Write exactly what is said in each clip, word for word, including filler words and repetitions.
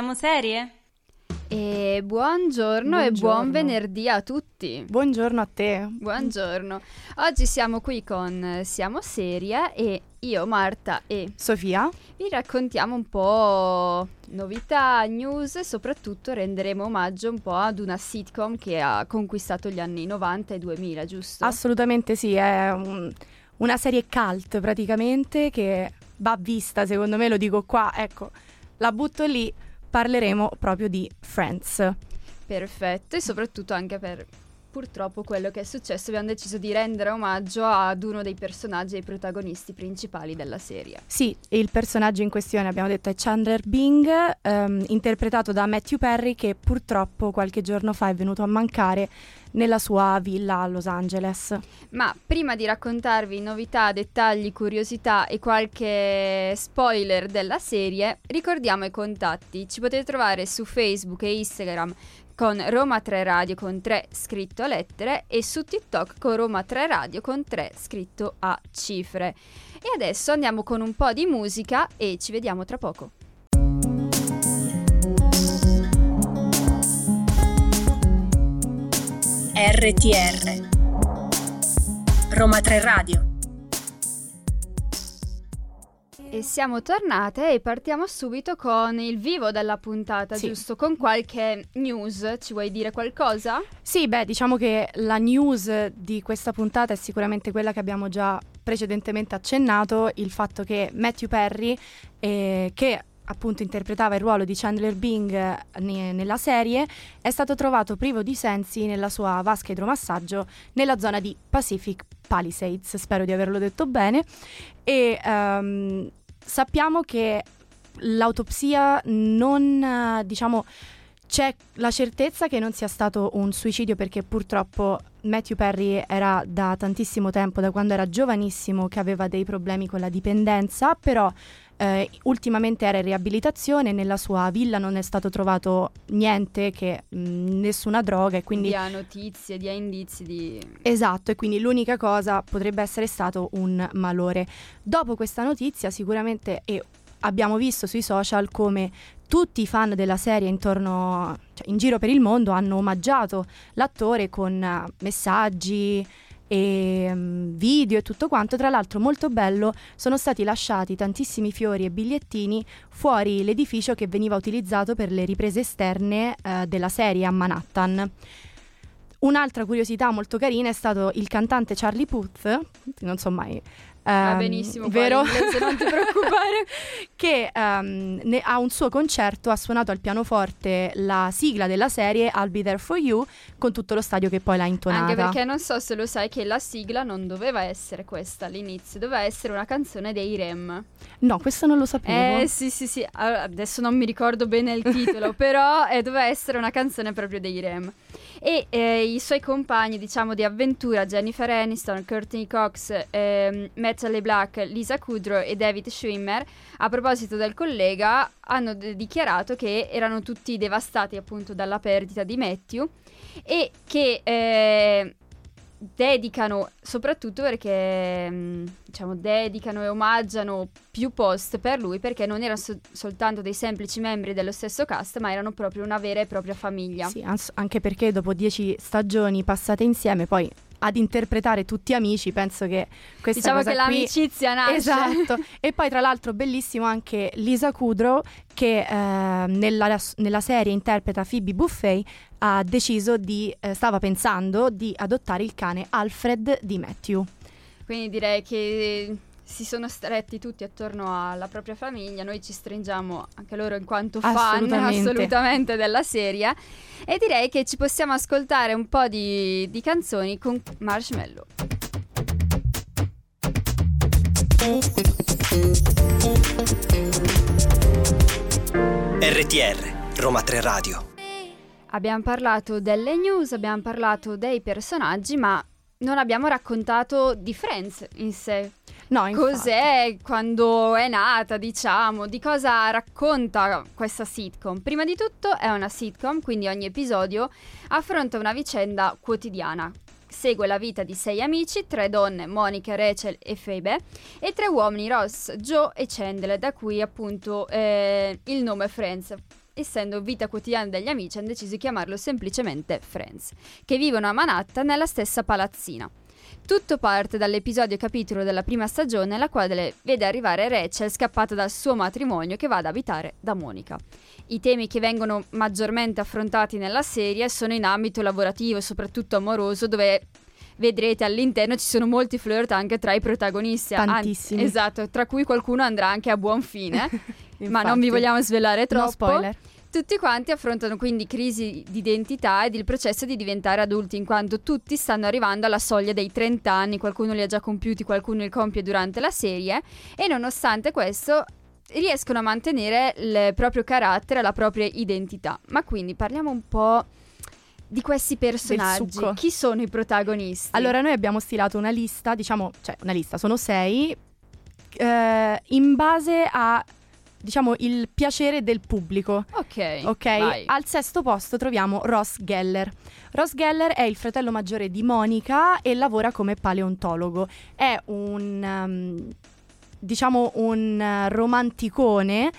Siamo serie? E buongiorno, buongiorno e buon venerdì a tutti. Buongiorno a te. Buongiorno. Oggi siamo qui con Siamo Seria e io, Marta e Sofia vi raccontiamo un po' novità, news e soprattutto renderemo omaggio un po' ad una sitcom che ha conquistato gli anni novanta e duemila, giusto? Assolutamente sì, è un, una serie cult praticamente che va vista, secondo me, lo dico qua, ecco, la butto lì. Parleremo proprio di Friends. Perfetto, e soprattutto anche per purtroppo quello che è successo abbiamo deciso di rendere omaggio ad uno dei personaggi e protagonisti principali della serie. Sì, il personaggio in questione abbiamo detto è Chandler Bing, ehm, interpretato da Matthew Perry, che purtroppo qualche giorno fa è venuto a mancare nella sua villa a Los Angeles. Ma prima di raccontarvi novità, dettagli, curiosità e qualche spoiler della serie, ricordiamo i contatti. Ci potete trovare su Facebook e Instagram con Roma tre Radio con tre scritto a lettere e su TikTok con Roma tre Radio con tre scritto a cifre. E adesso andiamo con un po' di musica e ci vediamo tra poco. R T R Roma tre Radio. E siamo tornate e partiamo subito con il vivo della puntata, sì. Giusto? Con qualche news, ci vuoi dire qualcosa? Sì, beh, diciamo che la news di questa puntata è sicuramente quella che abbiamo già precedentemente accennato, il fatto che Matthew Perry, eh, che appunto interpretava il ruolo di Chandler Bing ne- nella serie, è stato trovato privo di sensi nella sua vasca idromassaggio nella zona di Pacific Palisades, spero di averlo detto bene, e um, sappiamo che l'autopsia non, diciamo, c'è la certezza che non sia stato un suicidio, perché purtroppo Matthew Perry era da tantissimo tempo, da quando era giovanissimo, che aveva dei problemi con la dipendenza, però Eh, ultimamente era in riabilitazione, nella sua villa non è stato trovato niente, che mh, nessuna droga, e quindi dia notizie, dia indizi di... Esatto, e quindi l'unica cosa potrebbe essere stato un malore. Dopo questa notizia sicuramente, e abbiamo visto sui social come tutti i fan della serie intorno, cioè in giro per il mondo, hanno omaggiato l'attore con uh, messaggi e um, video e tutto quanto. Tra l'altro molto bello, sono stati lasciati tantissimi fiori e bigliettini fuori l'edificio che veniva utilizzato per le riprese esterne uh, della serie a Manhattan. Un'altra curiosità molto carina è stato il cantante Charlie Puth, non so mai Va Um, benissimo, vero? Qua inglese, non ti preoccupare. che um, ne, a un suo concerto ha suonato al pianoforte la sigla della serie I'll Be There For You, con tutto lo stadio che poi l'ha intonata. Anche perché non so se lo sai che la sigla non doveva essere questa all'inizio, doveva essere una canzone dei Rem. No, questo non lo sapevo. Eh sì sì sì, allora, adesso non mi ricordo bene il titolo, però eh, doveva essere una canzone proprio dei Rem. E eh, i suoi compagni, diciamo, di avventura, Jennifer Aniston, Courtney Cox, ehm, Natalie Black, Lisa Kudrow e David Schwimmer, a proposito del collega, hanno d- dichiarato che erano tutti devastati appunto dalla perdita di Matthew e che eh, dedicano, soprattutto perché mh, diciamo dedicano e omaggiano più post per lui, perché non erano so- soltanto dei semplici membri dello stesso cast, ma erano proprio una vera e propria famiglia. Sì, ans- anche perché dopo dieci stagioni passate insieme, poi ad interpretare tutti amici, penso che questa diciamo cosa che qui... l'amicizia nasce. Esatto. E poi tra l'altro bellissimo anche Lisa Kudrow, che eh, nella, nella serie interpreta Phoebe Buffay, ha deciso di eh, stava pensando di adottare il cane Alfred di Matthew. Quindi direi che si sono stretti tutti attorno alla propria famiglia. Noi ci stringiamo anche loro in quanto fan Assolutamente. assolutamente della serie, e direi che ci possiamo ascoltare un po' di, di canzoni con Marshmello. R T R Roma tre Radio. Abbiamo parlato delle news, abbiamo parlato dei personaggi, ma non abbiamo raccontato di Friends in sé. No, infatti. Cos'è, quando è nata, diciamo, di cosa racconta questa sitcom? Prima di tutto è una sitcom, quindi ogni episodio affronta una vicenda quotidiana. Segue la vita di sei amici, tre donne, Monica, Rachel e Phoebe, e tre uomini, Ross, Joe e Chandler, da cui appunto eh, il nome Friends. essendo vita quotidiana degli amici hanno deciso di chiamarlo semplicemente Friends, che vivono a Manhattan nella stessa palazzina. Tutto parte dall'episodio capitolo della prima stagione, la quale vede arrivare Rachel scappata dal suo matrimonio che va ad abitare da Monica. I temi che vengono maggiormente affrontati nella serie sono in ambito lavorativo e soprattutto amoroso, dove vedrete all'interno ci sono molti flirt anche tra i protagonisti. Tantissimi. An- esatto, tra cui qualcuno andrà anche a buon fine, ma non vi vogliamo svelare troppo. No spoiler. Tutti quanti affrontano quindi crisi di identità ed il processo di diventare adulti, in quanto tutti stanno arrivando alla soglia dei trenta anni, qualcuno li ha già compiuti, qualcuno li compie durante la serie, e nonostante questo riescono a mantenere il proprio carattere, la propria identità. Ma quindi parliamo un po' di questi personaggi. Chi sono i protagonisti? Allora, noi abbiamo stilato una lista, diciamo, cioè una lista, sono sei, eh, in base a, diciamo, il piacere del pubblico. Ok, Ok, vai. Al sesto posto troviamo Ross Geller. Ross Geller è il fratello maggiore di Monica e lavora come paleontologo. È un, um, diciamo, un uh, romanticone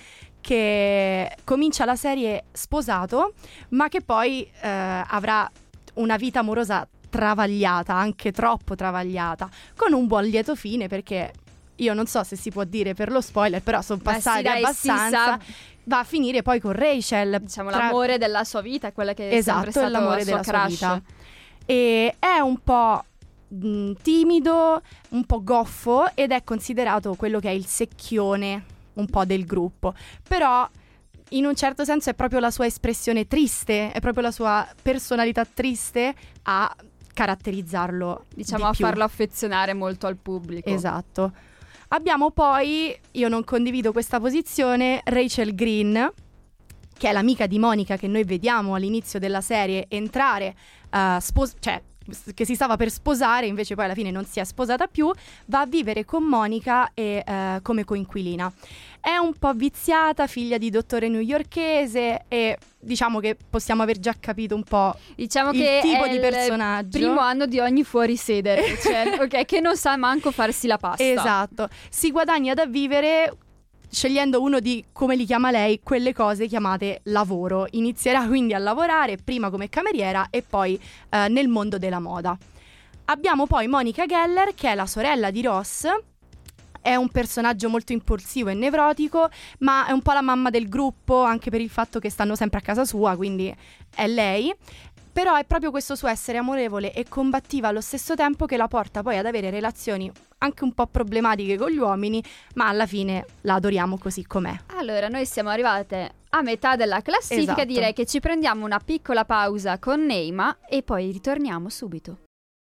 che comincia la serie sposato, ma che poi uh, avrà una vita amorosa travagliata, anche troppo travagliata, con un buon lieto fine, perché io non so se si può dire per lo spoiler, però sono passati sì, dai, abbastanza. Si va a finire poi con Rachel, diciamo tra... l'amore della sua vita, quella che è esatto, sempre stato l'amore la sua della crush. sua vita. E è un po' mh, timido, un po' goffo ed è considerato quello che è il secchione un po' del gruppo, però in un certo senso è proprio la sua espressione triste, è proprio la sua personalità triste a caratterizzarlo, diciamo, di a più. farlo affezionare molto al pubblico. Esatto. Abbiamo poi, io non condivido questa posizione, Rachel Green, che è l'amica di Monica che noi vediamo all'inizio della serie entrare, uh, spos- cioè che si stava per sposare, invece poi alla fine non si è sposata più, va a vivere con Monica e, uh, come coinquilina. È un po' viziata, figlia di dottore newyorkese, e diciamo che possiamo aver già capito un po' diciamo il che tipo è di personaggio. Il primo anno di ogni fuorisede, cioè, ok, che non sa manco farsi la pasta. Esatto, si guadagna da vivere scegliendo uno di, come li chiama lei, quelle cose chiamate lavoro. Inizierà quindi a lavorare prima come cameriera e poi eh, nel mondo della moda. Abbiamo poi Monica Geller, che è la sorella di Ross. È un personaggio molto impulsivo e nevrotico, ma è un po' la mamma del gruppo, anche per il fatto che stanno sempre a casa sua, quindi è lei. Però è proprio questo suo essere amorevole e combattiva allo stesso tempo che la porta poi ad avere relazioni anche un po' problematiche con gli uomini, ma alla fine la adoriamo così com'è. Allora, noi siamo arrivate a metà della classifica, Esatto. Direi che ci prendiamo una piccola pausa con Neima e poi ritorniamo subito.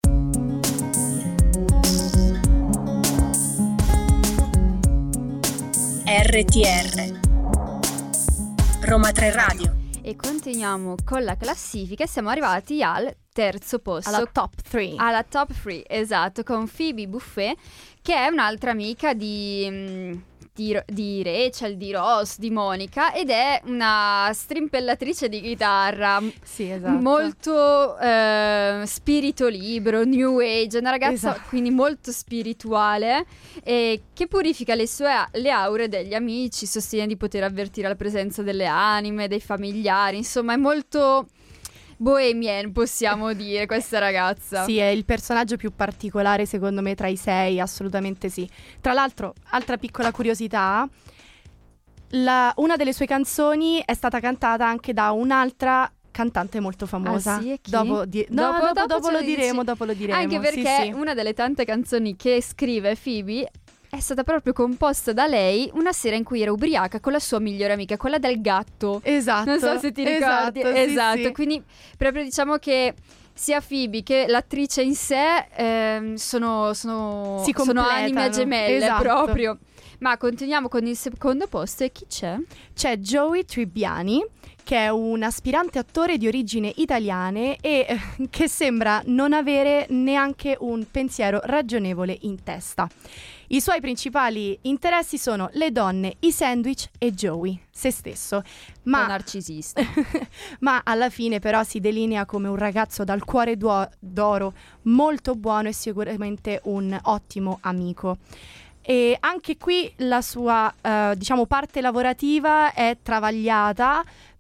R T R Roma tre Radio. E continuiamo con la classifica. Siamo arrivati al terzo posto, Alla top tre. alla top tre, esatto, con Phoebe Buffet, che è un'altra amica di, mh, di, di Rachel, di Ross, di Monica, ed è una strimpellatrice di chitarra. Sì, esatto. Molto eh, spirito libero, new age, una ragazza Esatto. quindi molto spirituale, e che purifica le sue le aure degli amici, sostiene di poter avvertire la presenza delle anime, dei familiari, insomma è molto bohemian, possiamo dire, questa ragazza. Sì, è il personaggio più particolare secondo me tra i sei, assolutamente sì. Tra l'altro, altra piccola curiosità, la- una delle sue canzoni è stata cantata anche da un'altra cantante molto famosa. Ah, sì? E chi? Dopo, di- no, Dopo- dopo, dopo dopo ce lo lo diremo, dici. dopo lo diremo. Anche sì, perché sì. una delle tante canzoni che scrive Phoebe è stata proprio composta da lei una sera in cui era ubriaca con la sua migliore amica, quella del gatto. Esatto. Non so se ti ricordi. Esatto, sì, Esatto, sì. quindi proprio diciamo che sia Phoebe che l'attrice in sé ehm, sono, sono, Si sono completano. anime gemelle Esatto. proprio. Ma continuiamo con il secondo posto, e chi c'è? C'è Joey Tribbiani, che è un aspirante attore di origini italiane e eh, che sembra non avere neanche un pensiero ragionevole in testa. I suoi principali interessi sono le donne, i sandwich e Joey, se stesso. Un Ma, narcisista. ma alla fine però si delinea come un ragazzo dal cuore duo- d'oro, molto buono e sicuramente un ottimo amico. E anche qui la sua, eh, diciamo, parte lavorativa è travagliata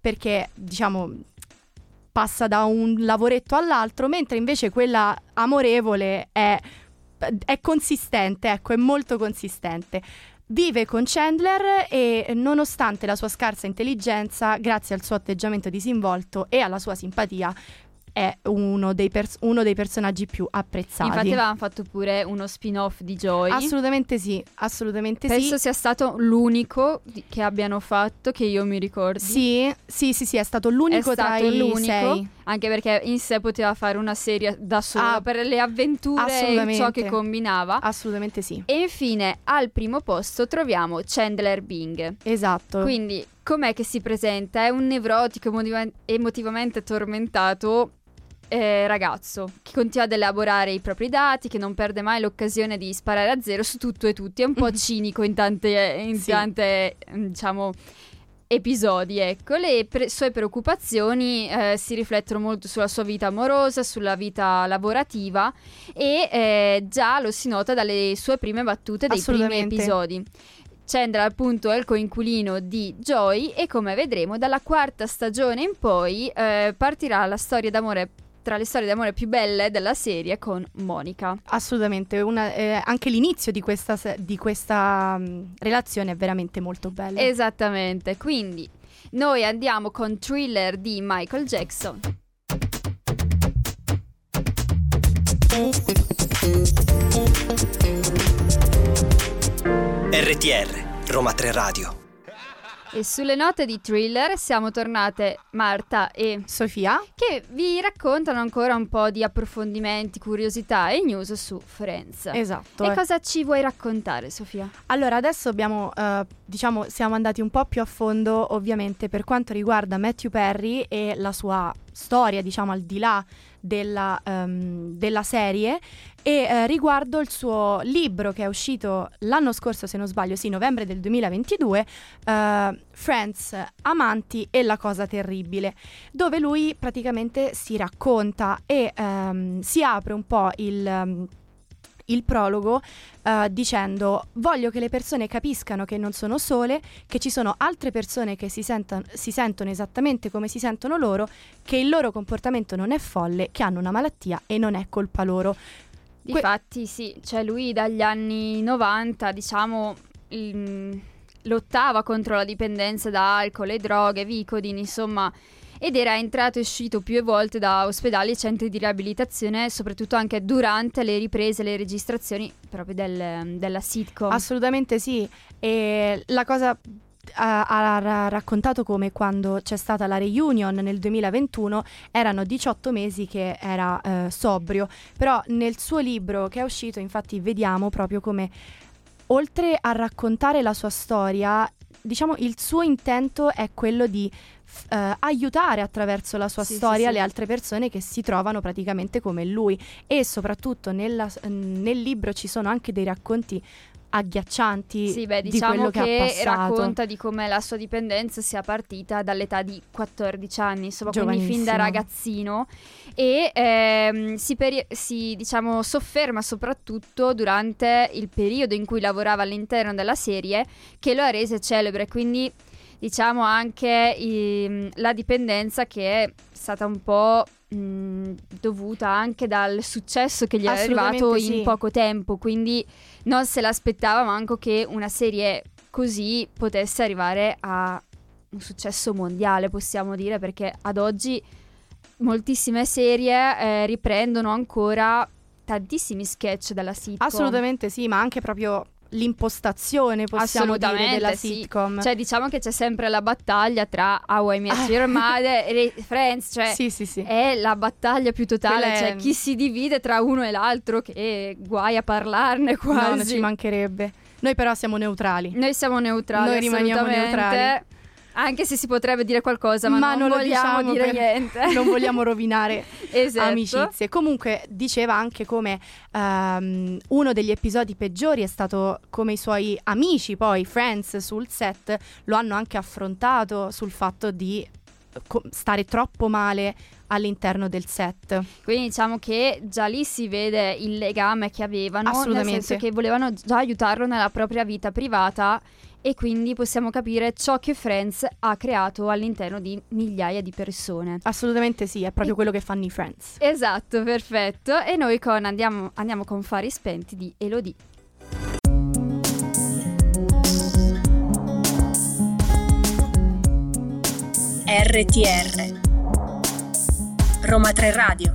perché diciamo passa da un lavoretto all'altro, mentre invece quella amorevole è, è consistente, ecco, è molto consistente. Vive con Chandler e nonostante la sua scarsa intelligenza, grazie al suo atteggiamento disinvolto e alla sua simpatia, è uno dei, pers- uno dei personaggi più apprezzati. Infatti avevano fatto pure uno spin-off di Joy. Assolutamente sì, assolutamente Penso sì. sia stato l'unico di- che abbiano fatto, che io mi ricordi. Sì, sì, sì, sì, è stato l'unico È tra stato i l'unico, sei. anche perché in sé poteva fare una serie da solo Ah, per le avventure e assolutamente. ciò che combinava. Assolutamente sì. E infine al primo posto troviamo Chandler Bing. Esatto. Quindi com'è che si presenta? È un nevrotico emotiva- emotivamente tormentato eh, ragazzo che continua ad elaborare i propri dati, che non perde mai l'occasione di sparare a zero su tutto e tutti. È un po' cinico in tante, in Sì. tante diciamo episodi, ecco. Le pre- sue preoccupazioni eh, si riflettono molto sulla sua vita amorosa, sulla vita lavorativa e eh, già lo si nota dalle sue prime battute dei primi Assolutamente. episodi. Chandler appunto è il coinquilino di Joy e come vedremo dalla quarta stagione in poi eh, partirà la storia d'amore, tra le storie d'amore più belle della serie, con Monica. Assolutamente, una, eh, anche l'inizio di questa, se- di questa mh, relazione è veramente molto bello. Esattamente, quindi noi andiamo con Thriller di Michael Jackson. R T R, Roma tre Radio. E sulle note di Thriller siamo tornate Marta e Sofia? che vi raccontano ancora un po' di approfondimenti, curiosità e news su Friends. Esatto. E eh. cosa ci vuoi raccontare, Sofia? Allora, adesso abbiamo, eh, diciamo, siamo andati un po' più a fondo, ovviamente, per quanto riguarda Matthew Perry e la sua storia, diciamo, al di là della, ehm, della serie, e eh, riguardo il suo libro che è uscito l'anno scorso, se non sbaglio, sì, novembre del duemilaventidue, eh, Friends, Amanti e la cosa terribile, dove lui praticamente si racconta e ehm, si apre un po' il... Um, il prologo uh, dicendo: voglio che le persone capiscano che non sono sole, che ci sono altre persone che si, sentan- si sentono esattamente come si sentono loro, che il loro comportamento non è folle, che hanno una malattia e non è colpa loro. Difatti sì, cioè lui dagli anni novanta, diciamo, il- lottava contro la dipendenza da alcol e droghe, Vicodin, insomma, ed era entrato e uscito più volte da ospedali e centri di riabilitazione, soprattutto anche durante le riprese, le registrazioni proprio del- della sitcom. Assolutamente sì, e la cosa ha, ha ra- raccontato come quando c'è stata la reunion nel duemilaventuno erano diciotto mesi che era eh, sobrio, però nel suo libro che è uscito infatti vediamo proprio come, oltre a raccontare la sua storia, diciamo il suo intento è quello di Uh, aiutare attraverso la sua Sì, storia sì, sì. le altre persone che si trovano praticamente come lui, e soprattutto nella, nel libro ci sono anche dei racconti agghiaccianti Sì, beh, di diciamo quello che, che, ha passato. racconta di come la sua dipendenza sia partita dall'età di quattordici anni, insomma, quindi fin da Giovanissimo. ragazzino, e ehm, si, peri- si diciamo sofferma soprattutto durante il periodo in cui lavorava all'interno della serie, che lo ha rese celebre, quindi diciamo anche i- la dipendenza che è stata un po' mh, dovuta anche dal successo che gli è Assolutamente arrivato sì. in poco tempo, quindi non se l'aspettava manco che una serie così potesse arrivare a un successo mondiale, possiamo dire, perché ad oggi moltissime serie eh, riprendono ancora tantissimi sketch dalla sitcom. Assolutamente sì, ma anche proprio l'impostazione, possiamo dire, Assolutamente, della sì. sitcom. Cioè, diciamo che c'è sempre la battaglia tra How I Met Your Mother e Friends, cioè sì, sì, sì. è la battaglia più totale, Quella è- cioè chi si divide tra uno e l'altro, che guai a parlarne No, non quasi. ci mancherebbe. Noi però siamo neutrali. Noi siamo neutrali, Noi rimaniamo assolutamente. neutrali. Anche se si potrebbe dire qualcosa, ma, Ma non, non lo vogliamo diciamo dire per- niente. Non vogliamo rovinare Esatto. amicizie. Comunque diceva anche come ehm, uno degli episodi peggiori è stato come i suoi amici, poi Friends sul set, lo hanno anche affrontato sul fatto di co- stare troppo male all'interno del set. Quindi diciamo che già lì si vede il legame che avevano, Assolutamente. nel senso che volevano già aiutarlo nella propria vita privata, e quindi possiamo capire ciò che Friends ha creato all'interno di migliaia di persone. Assolutamente sì, è proprio E- quello che fanno i Friends. Esatto, perfetto. E noi con andiamo, andiamo con Fari spenti di Elodie. R T R Roma tre Radio.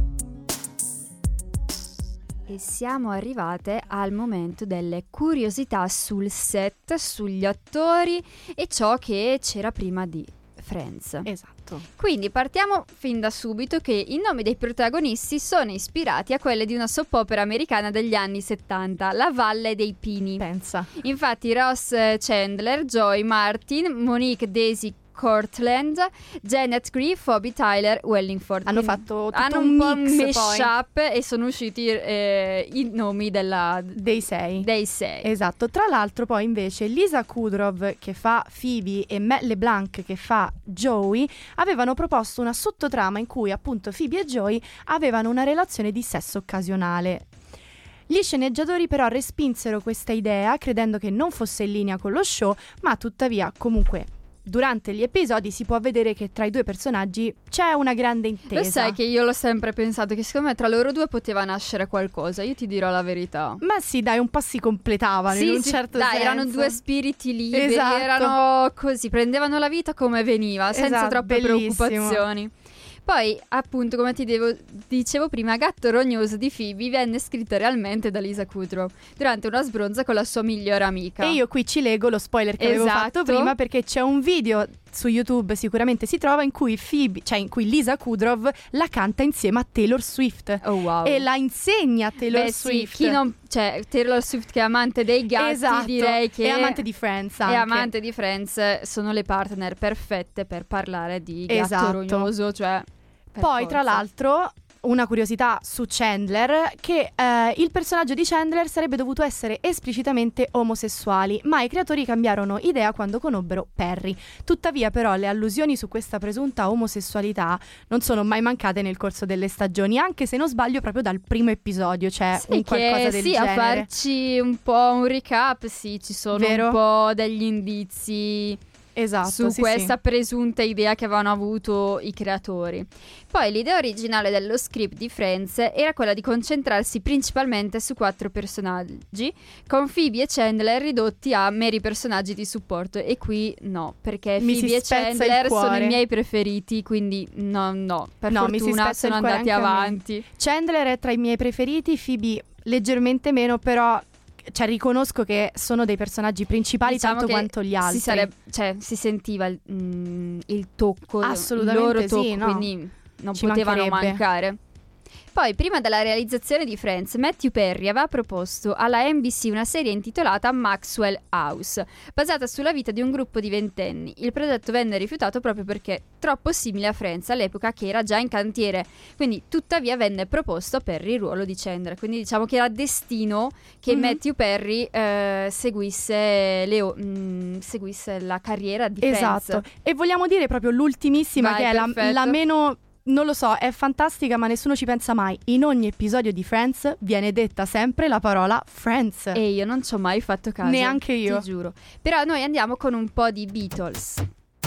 E siamo arrivate al momento delle curiosità sul set, sugli attori e ciò che c'era prima di Friends. Esatto. Quindi partiamo fin da subito che i nomi dei protagonisti sono ispirati a quelli di una soap opera americana degli anni settanta, La Valle dei Pini. Pensa. Infatti Ross Chandler, Joy Martin, Monique Daisy Cortland, Janet Gree, Phoebe Tyler, Wellingford. Hanno Quindi fatto tutto hanno un un po' mix mash poi up e sono usciti eh, i nomi della, dei sei. dei sei. Esatto, tra l'altro poi invece Lisa Kudrow che fa Phoebe e Matt LeBlanc che fa Joey avevano proposto una sottotrama in cui appunto Phoebe e Joey avevano una relazione di sesso occasionale. Gli sceneggiatori però respinsero questa idea credendo che non fosse in linea con lo show, ma tuttavia comunque durante gli episodi si può vedere che tra i due personaggi c'è una grande intesa. Lo sai che io l'ho sempre pensato che secondo me tra loro due poteva nascere qualcosa, io ti dirò la verità. Ma sì, dai, un po' si completavano Sì, in un sì, certo dai, senso. erano due spiriti liberi, Esatto. erano così, prendevano la vita come veniva, senza Esatto, troppe bellissimo. preoccupazioni. Poi, appunto, come ti devo, dicevo prima, Gatto Rognoso di Phoebe venne scritto realmente da Lisa Kudrow durante una sbronza con la sua migliore amica. E io qui ci leggo lo spoiler che avevo Esatto. fatto prima, perché c'è un video su YouTube, sicuramente si trova, in cui Phoebe, cioè in cui Lisa Kudrow la canta insieme a Taylor Swift. Oh wow. E la insegna a Taylor Beh, Swift. Sì, chi non, cioè Taylor Swift che è amante dei gatti, Esatto. direi che è amante di Friends è anche. amante di Friends, sono le partner perfette per parlare di Gatto Esatto. Rognoso, cioè per Poi forza. tra l'altro una curiosità su Chandler, che eh, il personaggio di Chandler sarebbe dovuto essere esplicitamente omosessuali, ma i creatori cambiarono idea quando conobbero Perry. Tuttavia però le allusioni su questa presunta omosessualità non sono mai mancate nel corso delle stagioni, anche se non sbaglio proprio dal primo episodio c'è Sì, un qualcosa che del sì, genere. a farci un po' un recap, sì, ci sono Vero? un po' degli indizi Esatto, su sì, questa sì. presunta idea che avevano avuto i creatori. Poi l'idea originale dello script di Friends era quella di concentrarsi principalmente su quattro personaggi, con Phoebe e Chandler ridotti a meri personaggi di supporto, e qui no, perché Mi Phoebe si e spezza il Chandler sono cuore. i miei preferiti, quindi no, no, per No, mi si fortuna spezza sono il cuore andati anche a me. avanti. Chandler è tra i miei preferiti, Phoebe leggermente meno, però cioè riconosco che sono dei personaggi principali Diciamo tanto che quanto gli altri. Si, sareb- cioè, si sentiva il, mm, il tocco, Assolutamente il loro sì, tocco, no. quindi non Ci potevano mancherebbe. mancare. Poi, prima della realizzazione di Friends, Matthew Perry aveva proposto alla N B C una serie intitolata Maxwell House, basata sulla vita di un gruppo di ventenni. Il progetto venne rifiutato proprio perché troppo simile a Friends all'epoca, che era già in cantiere, quindi tuttavia venne proposto a Perry il ruolo di Chandler. Quindi diciamo che era destino che Mhm. Matthew Perry eh, seguisse, le o- mh, seguisse la carriera di Friends. Esatto. E vogliamo dire proprio l'ultimissima, Vai, che è la, perfetto. la meno, non lo so, è fantastica, ma nessuno ci pensa mai. In ogni episodio di Friends viene detta sempre la parola Friends. E io non ci ho mai fatto caso. Neanche io. Ti giuro. Però noi andiamo con un po' di Beatles.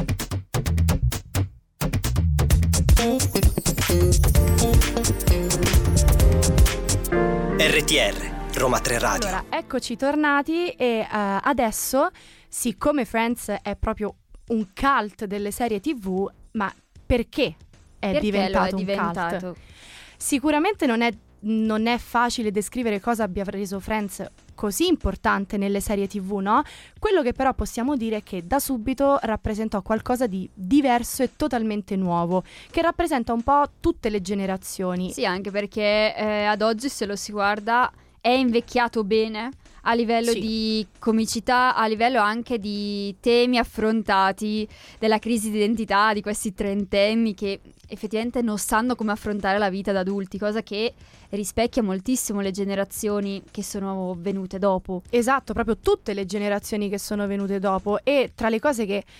R T R Roma tre Radio. Allora, eccoci tornati e eh, adesso, siccome Friends è proprio un cult delle serie tivù, ma perché è Perché diventato lo è un diventato? cult? Sicuramente non è, non è facile descrivere cosa abbia reso Friends così importante nelle serie tivù, no? Quello che però possiamo dire è che da subito rappresentò qualcosa di diverso e totalmente nuovo, che rappresenta un po' tutte le generazioni. Sì, anche perché eh, ad oggi, se lo si guarda, è invecchiato bene a livello Sì. di comicità, a livello anche di temi affrontati, della crisi di identità di questi trentenni che effettivamente non sanno come affrontare la vita da adulti, cosa che rispecchia moltissimo le generazioni che sono venute dopo. Esatto, proprio tutte le generazioni che sono venute dopo. E tra le cose che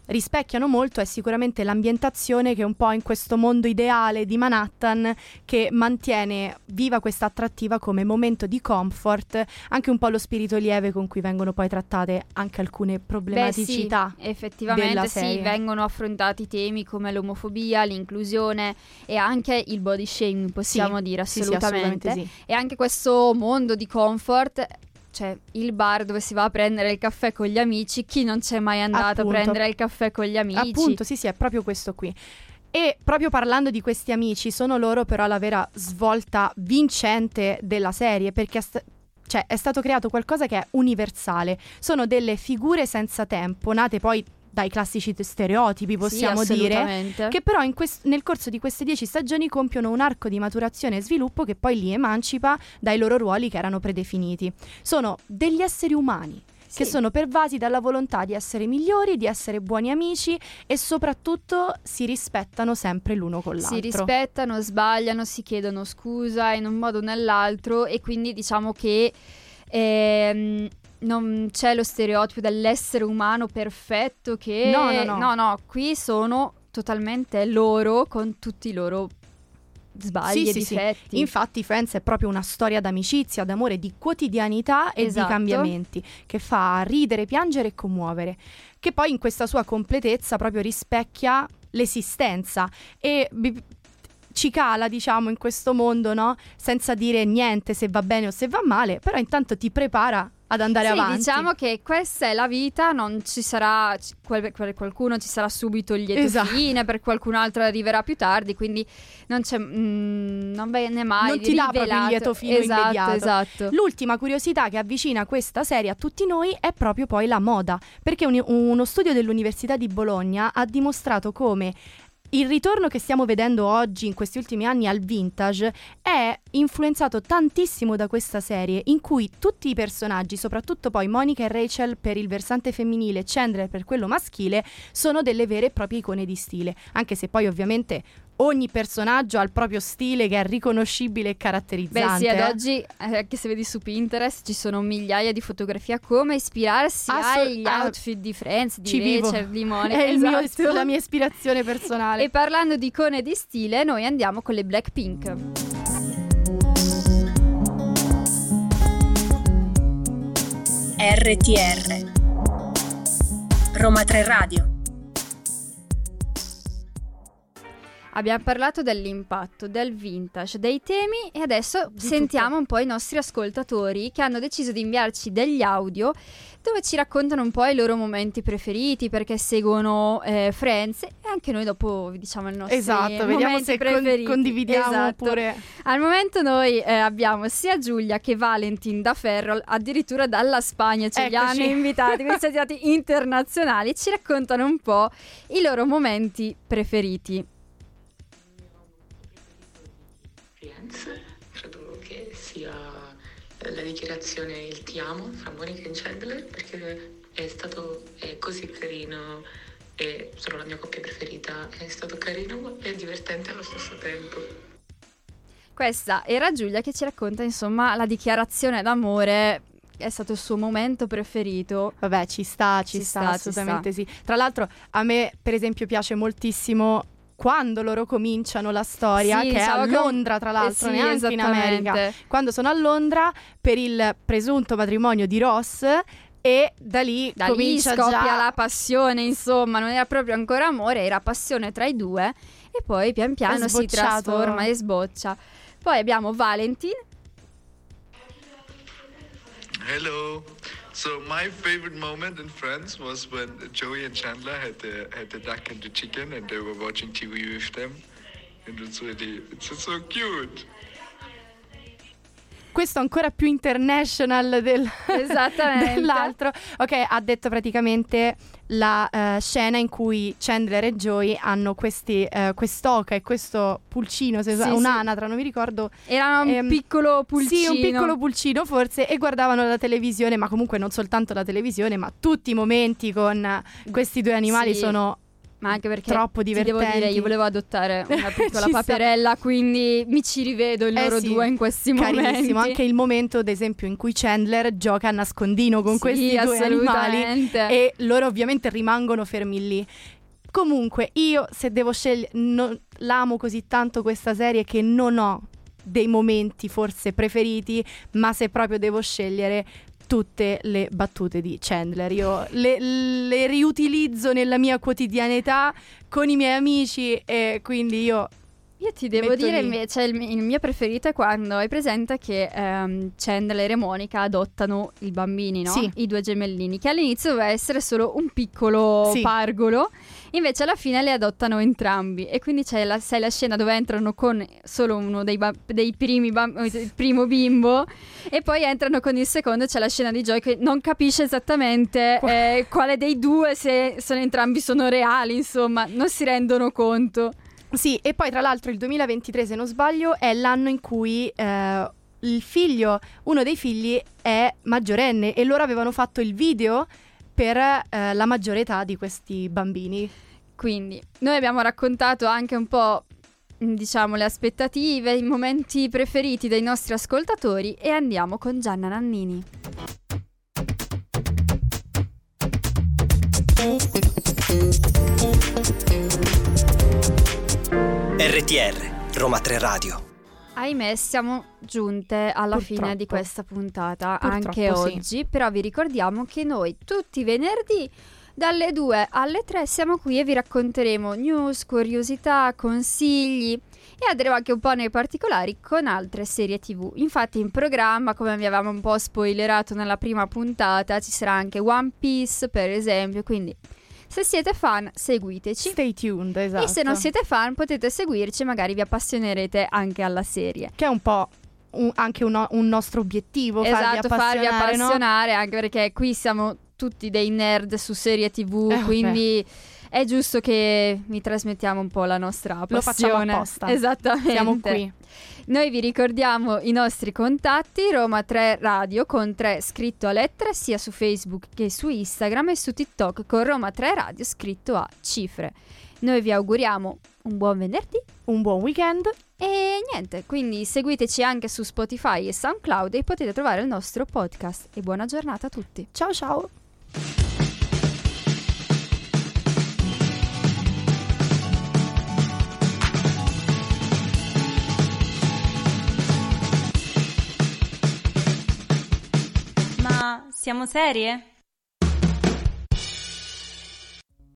rispecchiano molto è sicuramente l'ambientazione che è un po' in questo mondo ideale di Manhattan, che mantiene viva questa attrattiva come momento di comfort, anche un po' lo spirito lieve con cui vengono poi trattate anche alcune problematicità. Beh, sì, effettivamente della sì, serie. vengono affrontati temi come l'omofobia, l'inclusione e anche il body shaming, possiamo Sì, dire, sì, sì, assolutamente. assolutamente sì. E anche questo mondo di comfort, cioè il bar dove si va a prendere il caffè con gli amici, chi non c'è mai andato Appunto. a prendere il caffè con gli amici? Appunto, sì, sì, è proprio questo qui. E proprio parlando di questi amici, sono loro però la vera svolta vincente della serie, perché è, sta- cioè, è stato creato qualcosa che è universale. Sono delle figure senza tempo, nate poi dai classici t- stereotipi, possiamo sì, dire, assolutamente. che però in quest- nel corso di queste dieci stagioni compiono un arco di maturazione e sviluppo che poi li emancipa dai loro ruoli che erano predefiniti. Sono degli esseri umani che Sì. sono pervasi dalla volontà di essere migliori, di essere buoni amici e soprattutto si rispettano sempre l'uno con l'altro. Si rispettano, sbagliano, si chiedono scusa in un modo o nell'altro, e quindi diciamo che ehm, non c'è lo stereotipo dell'essere umano perfetto che... No, no, no. no, no, qui sono totalmente loro con tutti i loro sbagli Sì, e sì, sì. difetti. Infatti Friends è proprio una storia d'amicizia, d'amore, di quotidianità e Esatto. di cambiamenti, che fa ridere, piangere e commuovere, che poi in questa sua completezza proprio rispecchia l'esistenza e bi- ci cala, diciamo, in questo mondo, no? Senza dire niente se va bene o se va male, però intanto ti prepara ad andare sì, avanti. diciamo che questa è la vita, non ci sarà ci- quel- quel- qualcuno ci sarà subito il lieto Esatto. fine, per qualcun altro arriverà più tardi, quindi non c'è mm, non viene mai Non ti dà proprio il rivelato. lieto fine esatto, immediato. Esatto. L'ultima curiosità che avvicina questa serie a tutti noi è proprio poi la moda, perché un- uno studio dell'Università di Bologna ha dimostrato come il ritorno che stiamo vedendo oggi in questi ultimi anni al vintage è influenzato tantissimo da questa serie, in cui tutti i personaggi, soprattutto poi Monica e Rachel per il versante femminile, Chandler per quello maschile, sono delle vere e proprie icone di stile, anche se poi ovviamente ogni personaggio ha il proprio stile che è riconoscibile e caratterizzante. Beh sì, ad eh. oggi, eh, anche se vedi su Pinterest, ci sono migliaia di fotografie a come ispirarsi Assol- agli ah, outfit di Friends, di ci vivo. Rachel, di Monica. È il mio- esatto. la mia ispirazione personale. E parlando di icone di stile, noi andiamo con le Blackpink. R T R Roma tre Radio. Abbiamo parlato dell'impatto, del vintage, dei temi, e adesso Di sentiamo tutto. un po' i nostri ascoltatori che hanno deciso di inviarci degli audio dove ci raccontano un po' i loro momenti preferiti, perché seguono eh, Friends, e anche noi dopo vi diciamo i nostri Esatto, momenti vediamo se con- preferiti. condividiamo Esatto. oppure... Al momento noi eh, abbiamo sia Giulia che Valentin da Ferrol, addirittura dalla Spagna ce li Eccoci. hanno invitati, questi sono stati internazionali, ci raccontano un po' i loro momenti preferiti. Friends, credo che sia la dichiarazione il ti amo fra Monica e Chandler, perché è stato è così carino e sono la mia coppia preferita, è stato carino e divertente allo stesso tempo. Questa era Giulia che ci racconta insomma la dichiarazione d'amore, è stato il suo momento preferito. Vabbè, ci sta, ci, Ci sta, sta, ci assolutamente sì. Tra l'altro a me per esempio piace moltissimo quando loro cominciano la storia, Sì, che diciamo è a che- Londra tra l'altro, eh sì, neanche in America. esattamente. Quando sono a Londra per il presunto matrimonio di Ross, e da lì Da lì comincia scoppia già... la passione, insomma, non era proprio ancora amore, era passione tra i due, e poi pian piano È si sbocciato. trasforma e sboccia. Poi abbiamo Valentin. Hello. So my favorite moment in Friends was when Joey and Chandler had the had the duck and the chicken, and they were watching T V with them, and it's really it's just so cute. Questo ancora più international del... Esattamente. dell'altro. Ok, ha detto praticamente la eh, scena in cui Chandler e Joey hanno questi eh, quest'oca e questo pulcino, se Sì, sì. un'anatra, non mi ricordo. Era un Ehm, piccolo pulcino. Sì, un piccolo pulcino forse, e guardavano la televisione, ma comunque non soltanto la televisione, ma tutti i momenti con questi due animali Sì. sono Ma anche perché troppo divertenti. Ti devo dire, io volevo adottare una piccola Ci paperella, quindi mi ci rivedo in Eh loro sì, due in questi momenti. carissimo. Anche il momento, ad esempio, in cui Chandler gioca a nascondino con Sì, questi due animali assolutamente. e loro ovviamente rimangono fermi lì. Comunque, io se devo scegliere, non, l'amo così tanto questa serie che non ho dei momenti forse preferiti, ma se proprio devo scegliere, tutte le battute di Chandler io le, le riutilizzo nella mia quotidianità con i miei amici, e quindi io Io ti devo metto dire lì. invece il, mi- il mio preferito è quando hai presente che ehm, Chandler e Monica adottano i bambini, no? Sì. I due gemellini, che all'inizio doveva essere solo un piccolo Sì. pargolo, invece alla fine li adottano entrambi, e quindi c'è la, sai, la scena dove entrano con solo uno dei, ba- dei primi bam- il primo bimbo, e poi entrano con il secondo. C'è la scena di Joy che non capisce esattamente Qua- eh, quale dei due, se sono entrambi sono reali, insomma, non si rendono conto. Sì, e poi tra l'altro il duemilaventitré, se non sbaglio, è l'anno in cui eh, il figlio, uno dei figli è maggiorenne, e loro avevano fatto il video per eh, la maggiore età di questi bambini. Quindi noi abbiamo raccontato anche un po', mh, diciamo, le aspettative, i momenti preferiti dei nostri ascoltatori, e andiamo con Gianna Nannini. R T R, Roma tre Radio. Ahimè, siamo giunte alla Purtroppo. fine di questa puntata, Purtroppo anche sì. oggi, però vi ricordiamo che noi tutti i venerdì dalle due alle tre siamo qui e vi racconteremo news, curiosità, consigli, e andremo anche un po' nei particolari con altre serie tv. Infatti in programma, come vi avevamo un po' spoilerato nella prima puntata, ci sarà anche One Piece, per esempio, quindi se siete fan seguiteci. Stay tuned, esatto. E se non siete fan potete seguirci, magari vi appassionerete anche alla serie. Che è un po' un- anche un, un nostro obiettivo, Esatto, farvi appassionare, no? appassionare, anche perché qui siamo tutti dei nerd su serie tv, Eh, quindi è giusto che vi trasmettiamo un po' la nostra Lo facciamo passione. apposta. Esattamente. Siamo qui. Noi vi ricordiamo i nostri contatti: Roma tre Radio con tre scritto a lettere, sia su Facebook che su Instagram, e su TikTok con Roma tre Radio scritto a cifre. Noi vi auguriamo un buon venerdì Un buon weekend. e niente, quindi seguiteci anche su Spotify e SoundCloud, e potete trovare il nostro podcast. E buona giornata a tutti. Ciao ciao. Ma siamo serie?